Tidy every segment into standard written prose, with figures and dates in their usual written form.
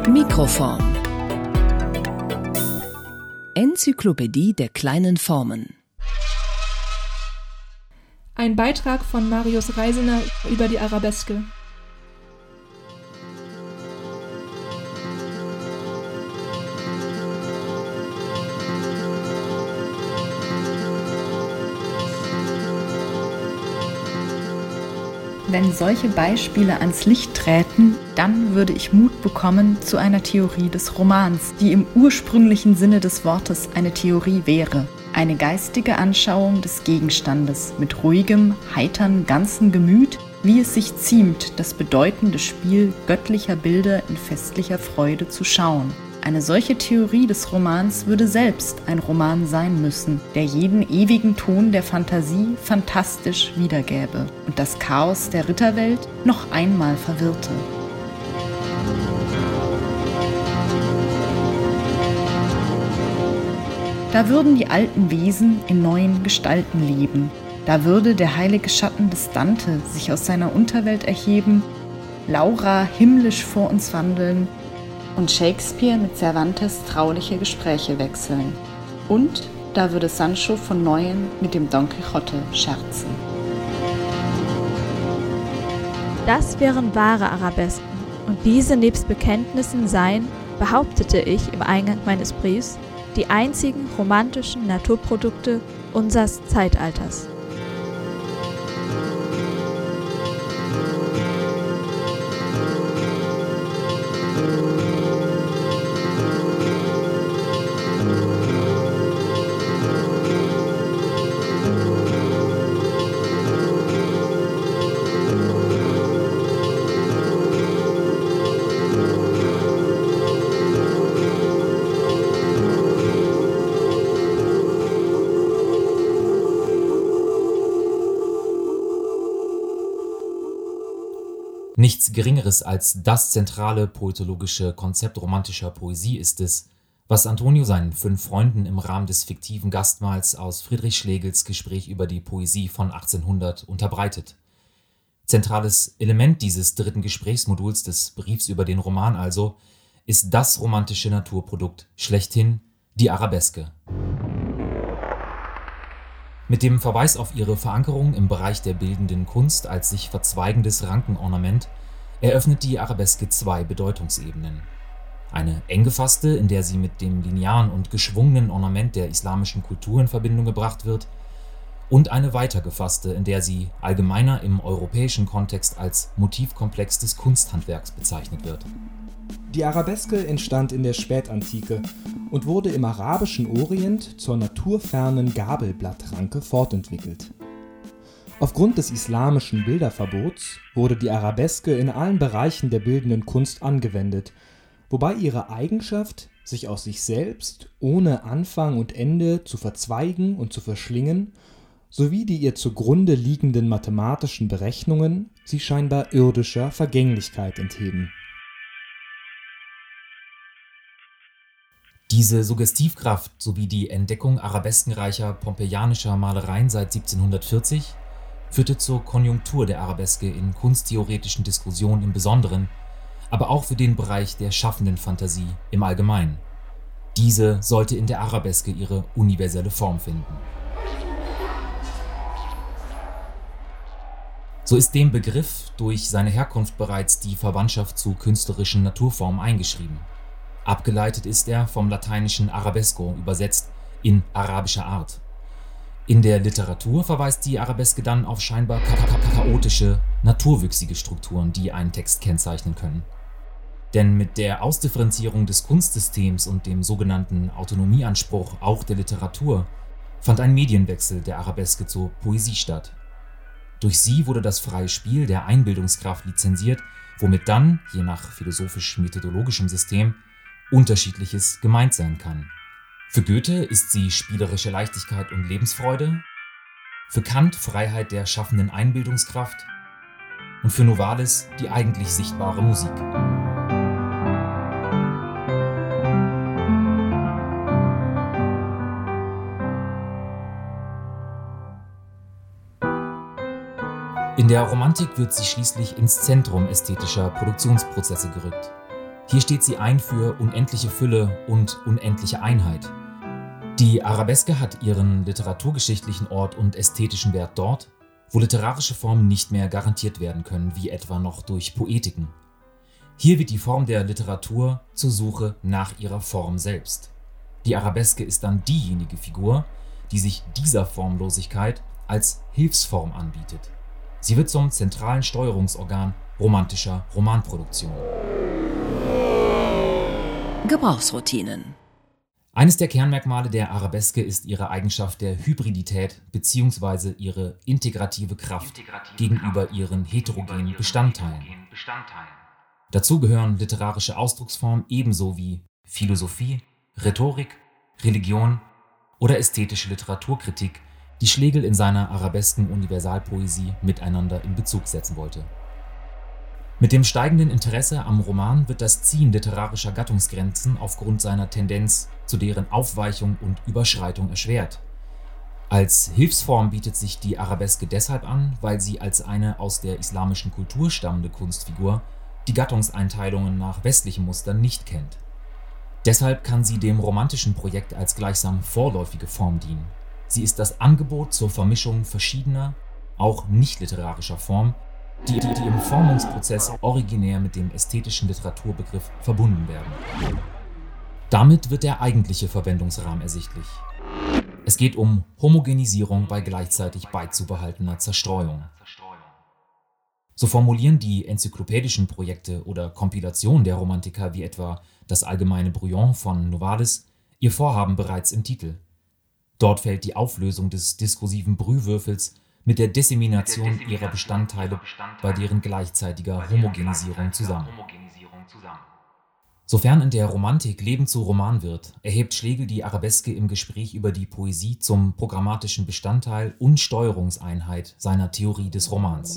Mikroform. Enzyklopädie der kleinen Formen. Ein Beitrag von Marius Reisener über die Arabeske. Wenn solche Beispiele ans Licht träten, dann würde ich Mut bekommen zu einer Theorie des Romans, die im ursprünglichen Sinne des Wortes eine Theorie wäre. Eine geistige Anschauung des Gegenstandes mit ruhigem, heitern, ganzen Gemüt, wie es sich ziemt, das bedeutende Spiel göttlicher Bilder in festlicher Freude zu schauen. Eine solche Theorie des Romans würde selbst ein Roman sein müssen, der jeden ewigen Ton der Fantasie fantastisch wiedergäbe und das Chaos der Ritterwelt noch einmal verwirrte. Da würden die alten Wesen in neuen Gestalten leben. Da würde der heilige Schatten des Dante sich aus seiner Unterwelt erheben, Laura himmlisch vor uns wandeln und Shakespeare mit Cervantes trauliche Gespräche wechseln. Und da würde Sancho von Neuem mit dem Don Quixote scherzen. Das wären wahre Arabesken, und diese nebst Bekenntnissen seien, behauptete ich im Eingang meines Briefs, die einzigen romantischen Naturprodukte unsers Zeitalters. Nichts Geringeres als das zentrale poetologische Konzept romantischer Poesie ist es, was Antonio seinen 5 Freunden im Rahmen des fiktiven Gastmahls aus Friedrich Schlegels Gespräch über die Poesie von 1800 unterbreitet. Zentrales Element dieses 3. Gesprächsmoduls des Briefs über den Roman also ist das romantische Naturprodukt schlechthin, die Arabeske. Mit dem Verweis auf ihre Verankerung im Bereich der bildenden Kunst als sich verzweigendes Rankenornament eröffnet die Arabeske 2 Bedeutungsebenen. Eine eng gefasste, in der sie mit dem linearen und geschwungenen Ornament der islamischen Kultur in Verbindung gebracht wird, und eine weiter gefasste, in der sie allgemeiner im europäischen Kontext als Motivkomplex des Kunsthandwerks bezeichnet wird. Die Arabeske entstand in der Spätantike und wurde im arabischen Orient zur naturfernen Gabelblattranke fortentwickelt. Aufgrund des islamischen Bilderverbots wurde die Arabeske in allen Bereichen der bildenden Kunst angewendet, wobei ihre Eigenschaft, sich aus sich selbst ohne Anfang und Ende zu verzweigen und zu verschlingen, sowie die ihr zugrunde liegenden mathematischen Berechnungen sie scheinbar irdischer Vergänglichkeit entheben. Diese Suggestivkraft sowie die Entdeckung arabeskenreicher pompeianischer Malereien seit 1740 führte zur Konjunktur der Arabeske in kunsttheoretischen Diskussionen im Besonderen, aber auch für den Bereich der schaffenden Fantasie im Allgemeinen. Diese sollte in der Arabeske ihre universelle Form finden. So ist dem Begriff durch seine Herkunft bereits die Verwandtschaft zu künstlerischen Naturformen eingeschrieben. Abgeleitet ist er vom lateinischen arabesco, übersetzt in arabischer Art. In der Literatur verweist die Arabeske dann auf scheinbar chaotische, naturwüchsige Strukturen, die einen Text kennzeichnen können. Denn mit der Ausdifferenzierung des Kunstsystems und dem sogenannten Autonomieanspruch auch der Literatur fand ein Medienwechsel der Arabeske zur Poesie statt. Durch sie wurde das freie Spiel der Einbildungskraft lizenziert, womit dann, je nach philosophisch-methodologischem System, Unterschiedliches gemeint sein kann. Für Goethe ist sie spielerische Leichtigkeit und Lebensfreude, für Kant Freiheit der schaffenden Einbildungskraft und für Novalis die eigentlich sichtbare Musik. In der Romantik wird sie schließlich ins Zentrum ästhetischer Produktionsprozesse gerückt. Hier steht sie ein für unendliche Fülle und unendliche Einheit. Die Arabeske hat ihren literaturgeschichtlichen Ort und ästhetischen Wert dort, wo literarische Formen nicht mehr garantiert werden können, wie etwa noch durch Poetiken. Hier wird die Form der Literatur zur Suche nach ihrer Form selbst. Die Arabeske ist dann diejenige Figur, die sich dieser Formlosigkeit als Hilfsform anbietet. Sie wird zum zentralen Steuerungsorgan romantischer Romanproduktion. Gebrauchsroutinen. Eines der Kernmerkmale der Arabeske ist ihre Eigenschaft der Hybridität bzw. ihre integrative Kraft gegenüber ihren heterogenen Bestandteilen. Dazu gehören literarische Ausdrucksformen ebenso wie Philosophie, Rhetorik, Religion oder ästhetische Literaturkritik, die Schlegel in seiner arabesken Universalpoesie miteinander in Bezug setzen wollte. Mit dem steigenden Interesse am Roman wird das Ziehen literarischer Gattungsgrenzen aufgrund seiner Tendenz zu deren Aufweichung und Überschreitung erschwert. Als Hilfsform bietet sich die Arabeske deshalb an, weil sie als eine aus der islamischen Kultur stammende Kunstfigur die Gattungseinteilungen nach westlichen Mustern nicht kennt. Deshalb kann sie dem romantischen Projekt als gleichsam vorläufige Form dienen. Sie ist das Angebot zur Vermischung verschiedener, auch nicht-literarischer Formen, die im Formungsprozess originär mit dem ästhetischen Literaturbegriff verbunden werden. Damit wird der eigentliche Verwendungsrahmen ersichtlich. Es geht um Homogenisierung bei gleichzeitig beizubehaltener Zerstreuung. So formulieren die enzyklopädischen Projekte oder Kompilationen der Romantiker wie etwa das allgemeine Brouillon von Novalis ihr Vorhaben bereits im Titel. Dort fällt die Auflösung des diskursiven Brühwürfels mit der Dissemination ihrer Bestandteile bei deren gleichzeitiger Homogenisierung zusammen. Sofern in der Romantik Leben zu Roman wird, erhebt Schlegel die Arabeske im Gespräch über die Poesie zum programmatischen Bestandteil und Steuerungseinheit seiner Theorie des Romans.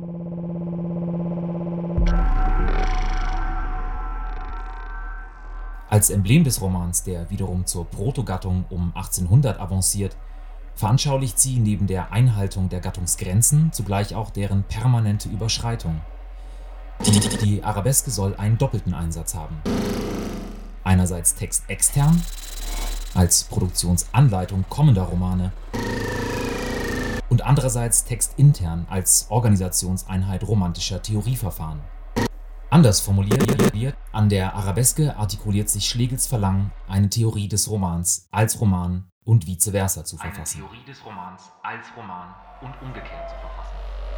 Als Emblem des Romans, der wiederum zur Protogattung um 1800 avanciert, veranschaulicht sie neben der Einhaltung der Gattungsgrenzen zugleich auch deren permanente Überschreitung. Die Arabeske soll einen doppelten Einsatz haben. Einerseits textextern, als Produktionsanleitung kommender Romane, und andererseits textintern, als Organisationseinheit romantischer Theorieverfahren. Anders formuliert, an der Arabeske artikuliert sich Schlegels Verlangen, eine Theorie des Romans als Roman und vice versa zu verfassen. Eine Theorie des Romans als Roman und umgekehrt zu verfassen.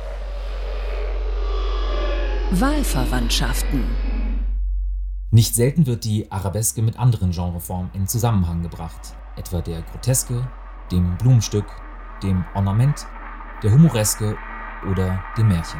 Wahlverwandtschaften. Nicht selten wird die Arabeske mit anderen Genreformen in Zusammenhang gebracht, etwa der Groteske, dem Blumenstück, dem Ornament, der Humoreske oder dem Märchen.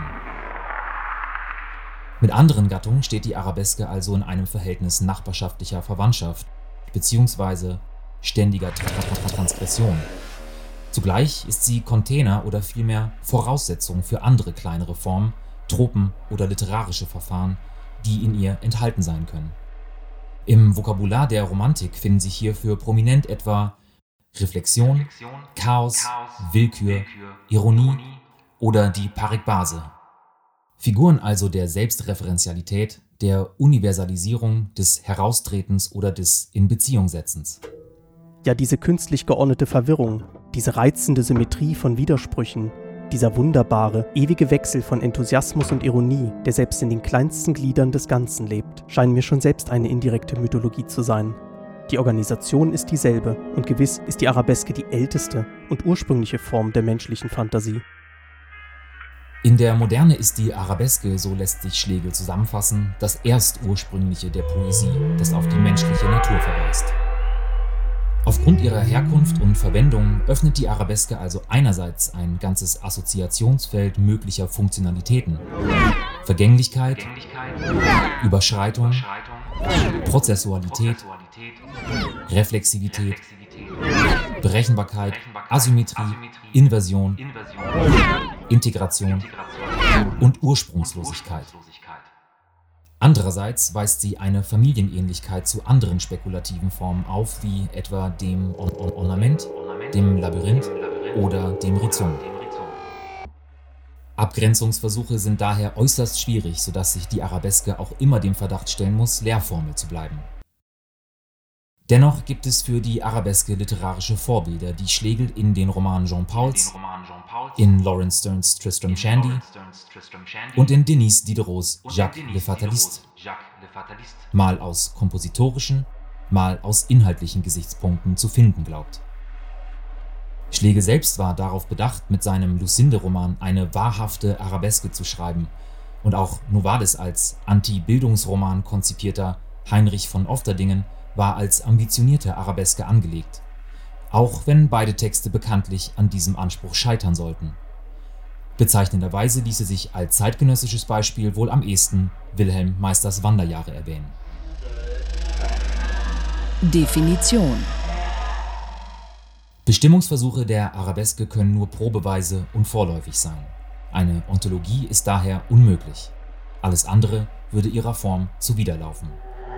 Mit anderen Gattungen steht die Arabeske also in einem Verhältnis nachbarschaftlicher Verwandtschaft bzw. ständiger Transgression. Zugleich ist sie Container oder vielmehr Voraussetzung für andere kleinere Formen, Tropen oder literarische Verfahren, die in ihr enthalten sein können. Im Vokabular der Romantik finden sich hierfür prominent etwa Reflexion, Chaos, Willkür, Ironie oder die Parikbase. Figuren also der Selbstreferenzialität, der Universalisierung, des Heraustretens oder des Inbeziehungsetzens. Ja, diese künstlich geordnete Verwirrung, diese reizende Symmetrie von Widersprüchen, dieser wunderbare, ewige Wechsel von Enthusiasmus und Ironie, der selbst in den kleinsten Gliedern des Ganzen lebt, scheinen mir schon selbst eine indirekte Mythologie zu sein. Die Organisation ist dieselbe und gewiss ist die Arabeske die älteste und ursprüngliche Form der menschlichen Fantasie. In der Moderne ist die Arabeske, so lässt sich Schlegel zusammenfassen, das Erstursprüngliche der Poesie, das auf die menschliche Natur verweist. Aufgrund ihrer Herkunft und Verwendung öffnet die Arabeske also einerseits ein ganzes Assoziationsfeld möglicher Funktionalitäten: Vergänglichkeit, Überschreitung, Prozessualität, Reflexivität, Berechenbarkeit, Asymmetrie, Inversion, Integration und Ursprungslosigkeit. Andererseits weist sie eine Familienähnlichkeit zu anderen spekulativen Formen auf, wie etwa dem Ornament, dem Labyrinth oder dem Rhizom. Abgrenzungsversuche sind daher äußerst schwierig, sodass sich die Arabeske auch immer dem Verdacht stellen muss, Leerformel zu bleiben. Dennoch gibt es für die Arabeske literarische Vorbilder, die Schlegel in den Romanen Jean Pauls, in Laurence Sternes Tristram Shandy und in Denis Diderots Jacques le Fataliste, mal aus kompositorischen, mal aus inhaltlichen Gesichtspunkten zu finden glaubt. Schlegel selbst war darauf bedacht, mit seinem Lucinde-Roman eine wahrhafte Arabeske zu schreiben, und auch Novalis als Anti-Bildungsroman konzipierter Heinrich von Ofterdingen war als ambitionierte Arabeske angelegt, auch wenn beide Texte bekanntlich an diesem Anspruch scheitern sollten. Bezeichnenderweise ließe sich als zeitgenössisches Beispiel wohl am ehesten Wilhelm Meisters Wanderjahre erwähnen. Definition. Bestimmungsversuche der Arabeske können nur probeweise und vorläufig sein. Eine Ontologie ist daher unmöglich. Alles andere würde ihrer Form zuwiderlaufen.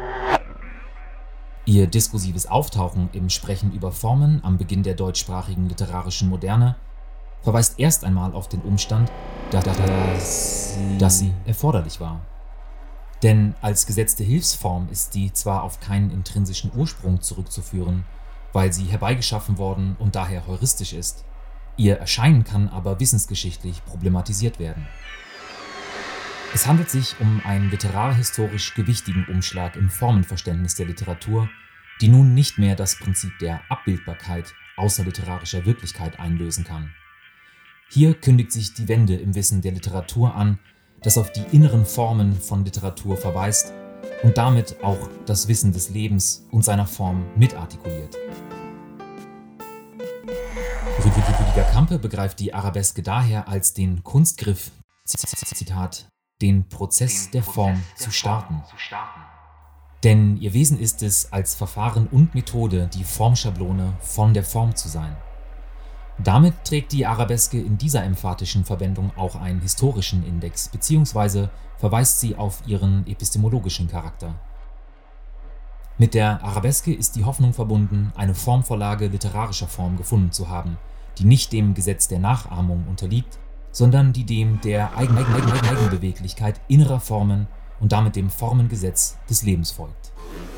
Ihr diskursives Auftauchen im Sprechen über Formen am Beginn der deutschsprachigen literarischen Moderne verweist erst einmal auf den Umstand, dass sie erforderlich war. Denn als gesetzte Hilfsform ist sie zwar auf keinen intrinsischen Ursprung zurückzuführen, weil sie herbeigeschaffen worden und daher heuristisch ist. Ihr Erscheinen kann aber wissensgeschichtlich problematisiert werden. Es handelt sich um einen literarhistorisch gewichtigen Umschlag im Formenverständnis der Literatur, die nun nicht mehr das Prinzip der Abbildbarkeit außerliterarischer Wirklichkeit einlösen kann. Hier kündigt sich die Wende im Wissen der Literatur an, das auf die inneren Formen von Literatur verweist und damit auch das Wissen des Lebens und seiner Form mitartikuliert. Rüdiger Campe begreift die Arabeske daher als den Kunstgriff, Zitat, den Prozess der Form zu starten. Denn ihr Wesen ist es, als Verfahren und Methode die Formschablone von der Form zu sein. Damit trägt die Arabeske in dieser emphatischen Verwendung auch einen historischen Index bzw. verweist sie auf ihren epistemologischen Charakter. Mit der Arabeske ist die Hoffnung verbunden, eine Formvorlage literarischer Form gefunden zu haben, die nicht dem Gesetz der Nachahmung unterliegt, sondern die dem der Eigenbeweglichkeit innerer Formen und damit dem Formengesetz des Lebens folgt.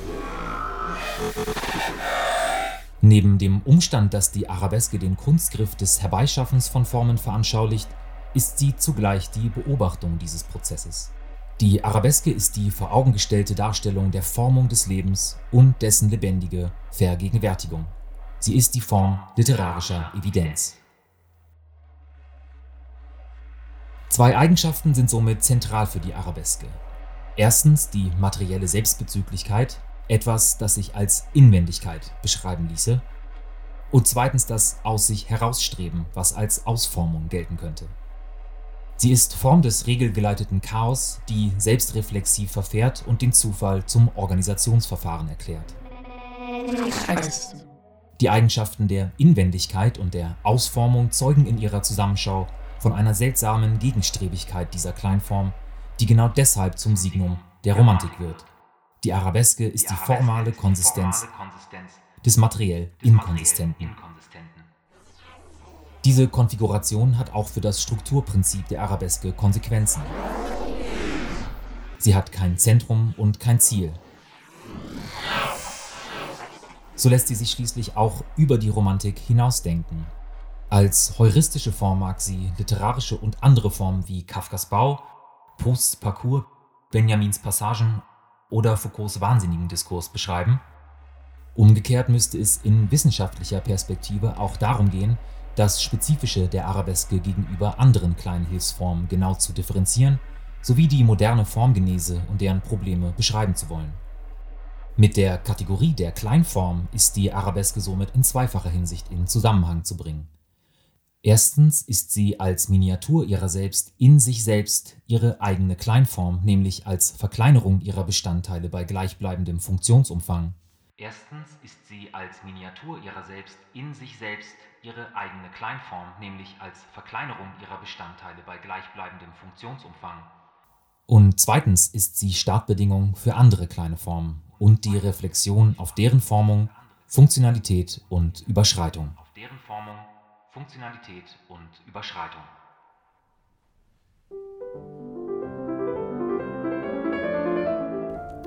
Neben dem Umstand, dass die Arabeske den Kunstgriff des Herbeischaffens von Formen veranschaulicht, ist sie zugleich die Beobachtung dieses Prozesses. Die Arabeske ist die vor Augen gestellte Darstellung der Formung des Lebens und dessen lebendige Vergegenwärtigung. Sie ist die Form literarischer Evidenz. Zwei Eigenschaften sind somit zentral für die Arabeske. Erstens die materielle Selbstbezüglichkeit, etwas, das sich als Inwendigkeit beschreiben ließe, und zweitens das aus sich herausstreben, was als Ausformung gelten könnte. Sie ist Form des regelgeleiteten Chaos, die selbstreflexiv verfährt und den Zufall zum Organisationsverfahren erklärt. Die Eigenschaften der Inwendigkeit und der Ausformung zeugen in ihrer Zusammenschau von einer seltsamen Gegenstrebigkeit dieser Kleinform, die genau deshalb zum Signum der Romantik wird. Die Arabeske ist die formale Konsistenz des materiell Inkonsistenten. Diese Konfiguration hat auch für das Strukturprinzip der Arabeske Konsequenzen. Sie hat kein Zentrum und kein Ziel. So lässt sie sich schließlich auch über die Romantik hinausdenken. Als heuristische Form mag sie literarische und andere Formen wie Kafkas Bau, Prousts Parcours, Benjamins Passagen oder Foucaults wahnsinnigen Diskurs beschreiben. Umgekehrt müsste es in wissenschaftlicher Perspektive auch darum gehen, das Spezifische der Arabeske gegenüber anderen kleinen Hilfsformen genau zu differenzieren, sowie die moderne Formgenese und deren Probleme beschreiben zu wollen. Mit der Kategorie der Kleinform ist die Arabeske somit in zweifacher Hinsicht in Zusammenhang zu bringen. Erstens ist sie als Miniatur ihrer selbst in sich selbst ihre eigene Kleinform, nämlich als Verkleinerung ihrer Bestandteile bei gleichbleibendem Funktionsumfang. Erstens ist sie als Miniatur ihrer selbst in sich selbst ihre eigene Kleinform, nämlich als Verkleinerung ihrer Bestandteile bei gleichbleibendem Funktionsumfang. Und zweitens ist sie Startbedingung für andere kleine Formen und die Reflexion auf deren Formung, Funktionalität und Überschreitung.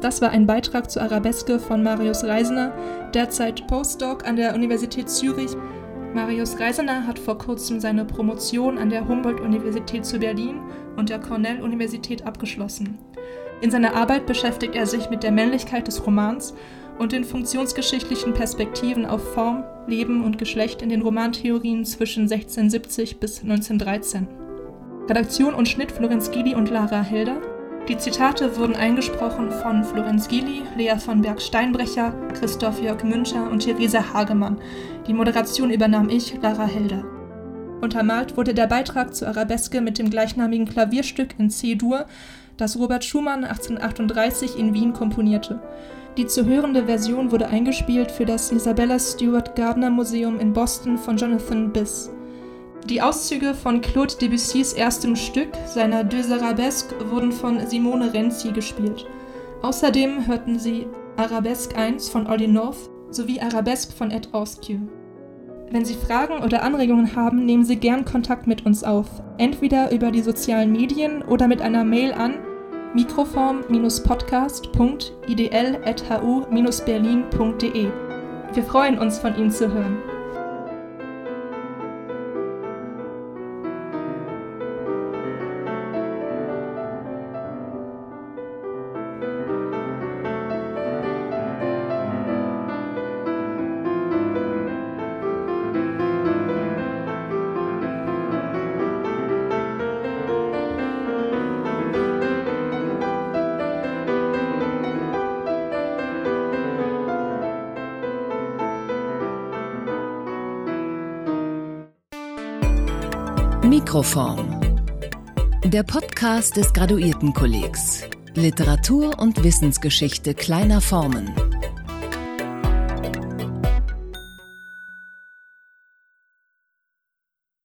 Das war ein Beitrag zur Arabeske von Marius Reisener, derzeit Postdoc an der Universität Zürich. Marius Reisener hat vor kurzem seine Promotion an der Humboldt-Universität zu Berlin und der Cornell-Universität abgeschlossen. In seiner Arbeit beschäftigt er sich mit der Männlichkeit des Romans und den funktionsgeschichtlichen Perspektiven auf Form, Leben und Geschlecht in den Romantheorien zwischen 1670 bis 1913. Redaktion und Schnitt Florenz Gili und Lara Helder. Die Zitate wurden eingesprochen von Florenz Gili, Lea von Berg-Steinbrecher, Christoph Jörg Müncher und Theresa Hagemann. Die Moderation übernahm ich, Lara Helder. Untermalt wurde der Beitrag zur Arabeske mit dem gleichnamigen Klavierstück in C-Dur, das Robert Schumann 1838 in Wien komponierte. Die zu hörende Version wurde eingespielt für das Isabella Stewart Gardner Museum in Boston von Jonathan Biss. Die Auszüge von Claude Debussys erstem Stück, seiner Deux Arabesques, wurden von Simone Renzi gespielt. Außerdem hörten Sie Arabesque 1 von Olly North sowie Arabesque von Ed Askew. Wenn Sie Fragen oder Anregungen haben, nehmen Sie gern Kontakt mit uns auf, entweder über die sozialen Medien oder mit einer Mail an mikroform-podcast.idl@hu-berlin.de. Wir freuen uns, von Ihnen zu hören. Mikroform. Der Podcast des Graduiertenkollegs. Literatur und Wissensgeschichte kleiner Formen.